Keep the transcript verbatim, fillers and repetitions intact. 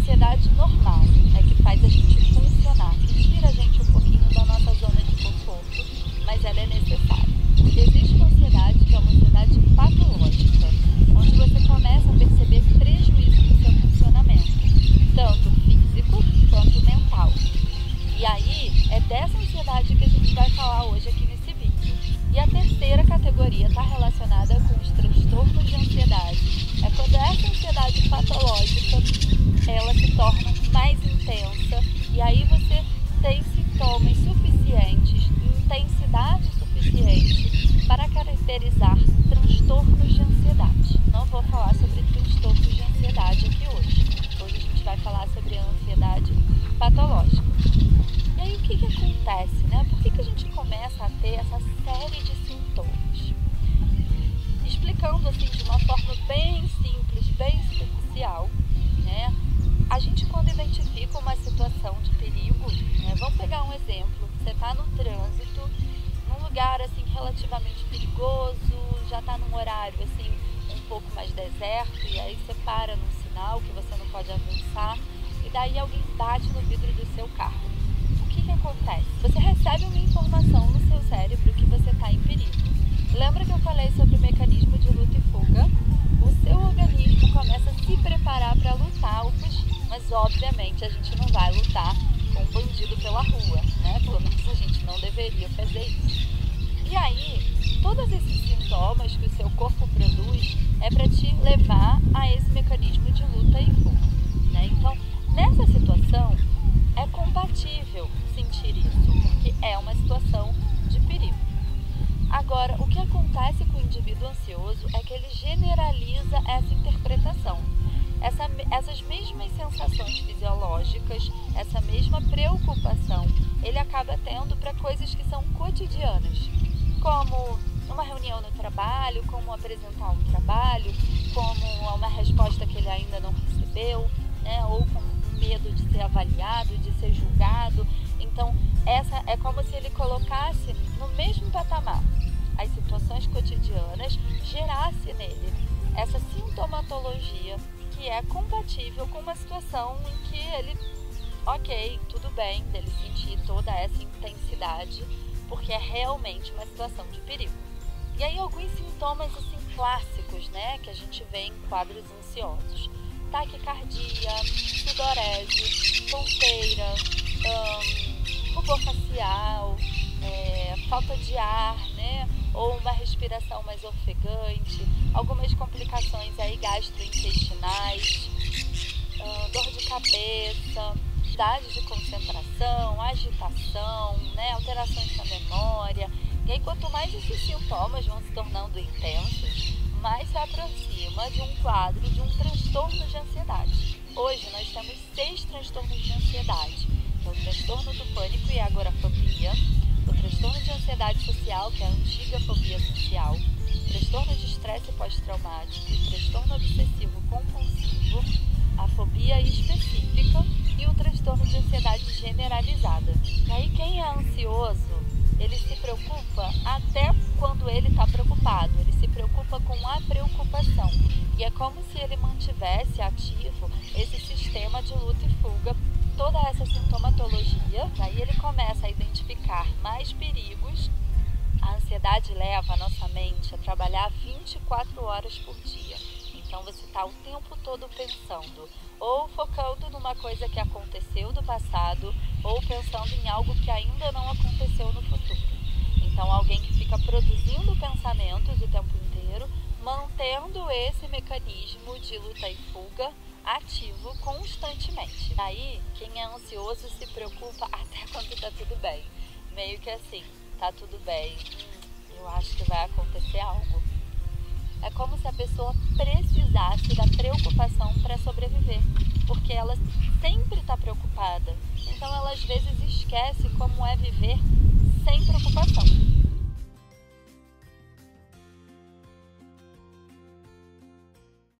ansiedade normal, é que faz a gente funcionar, que tira a gente um pouquinho da nossa zona de conforto, mas ela é necessária. Existe uma ansiedade que é uma ansiedade patológica, onde você começa a perceber prejuízo no seu funcionamento, tanto físico quanto mental. E aí, é dessa ansiedade que a gente vai falar hoje aqui nesse vídeo. E a terceira categoria está relacionada com os transtornos de ansiedade. É quando essa ansiedade patológica, ela se torna mais intensa e aí você tem sintomas suficientes, intensidade suficiente para caracterizar transtornos de ansiedade. Não vou falar sobre transtornos de ansiedade aqui hoje. Hoje a gente vai falar sobre a ansiedade patológica. E aí o que que acontece, né? Por que que a gente começa a ter essa série de sintomas? Explicando assim de uma forma bem simples, bem superficial, né? A gente quando identifica uma situação de perigo, né? Vamos pegar um exemplo, você está no trânsito, num lugar assim relativamente perigoso, já está num horário assim um pouco mais deserto e aí você para num sinal que você não pode avançar e daí alguém bate no vidro do seu carro. O que que acontece? Você recebe uma informação no seu cérebro que você está em perigo. Lembra que eu falei sobre o mecanismo de luta e fuga? O seu organismo começa a se preparar para lutar ou fugir. Mas, obviamente, a gente não vai lutar com um bandido pela rua, né? Pelo menos a gente não deveria fazer isso. E aí, todos esses sintomas que o seu corpo produz é para te levar a esse mecanismo de luta e fuga, né? Então, nessa situação, é compatível sentir isso, porque é uma situação de perigo. Agora, o que acontece com o indivíduo ansioso é que ele generaliza essa interpretação. Essa, essas mesmas sensações fisiológicas, essa mesma preocupação, ele acaba tendo para coisas que são cotidianas, como uma reunião no trabalho, como apresentar um trabalho, como uma resposta que ele ainda não recebeu, né, ou com medo de ser avaliado, de ser julgado. Então, essa é como se ele colocasse no mesmo patamar as situações cotidianas, gerasse nele essa sintomatologia que é compatível com uma situação em que ele, ok, tudo bem, dele sentir toda essa intensidade, porque é realmente uma situação de perigo. E aí alguns sintomas assim clássicos, né, que a gente vê em quadros ansiosos: taquicardia, sudorese, tonteira, hum, rubor facial, é, falta de ar, né? Ou uma respiração mais ofegante, algumas complicações aí gastrointestinais, hum, dor de cabeça, dificuldade de concentração, agitação, né? Alterações na memória. E aí quanto mais esses sintomas vão se tornando intensos, mais se aproxima de um quadro de um transtorno de ansiedade. Hoje nós temos seis transtornos de ansiedade. É o transtorno do pânico e a agorafobia, o transtorno de ansiedade social, que é a antiga fobia social, o transtorno de estresse pós-traumático, o transtorno obsessivo compulsivo, a fobia específica e o transtorno de ansiedade generalizada. E aí quem é ansioso, ele se preocupa até quando ele está preocupado, ele se preocupa com a preocupação. E é como se ele mantivesse ativo esse sistema de luta e fuga, toda essa sintomatologia. Aí ele começa a identificar mais perigos. A ansiedade leva a nossa mente a trabalhar vinte e quatro horas por dia. Então você está o tempo todo pensando, ou focando numa coisa que aconteceu do passado, ou pensando em algo que ainda não aconteceu no futuro. Então alguém que fica produzindo pensamentos o tempo inteiro, mantendo esse mecanismo de luta e fuga ativo constantemente. Aí quem é ansioso se preocupa até quando está tudo bem. Meio que assim, tá tudo bem, hum, eu acho que vai acontecer algo. É como se a pessoa precisasse da preocupação para sobreviver, porque ela sempre está preocupada. Então ela às vezes esquece como é viver sem preocupação.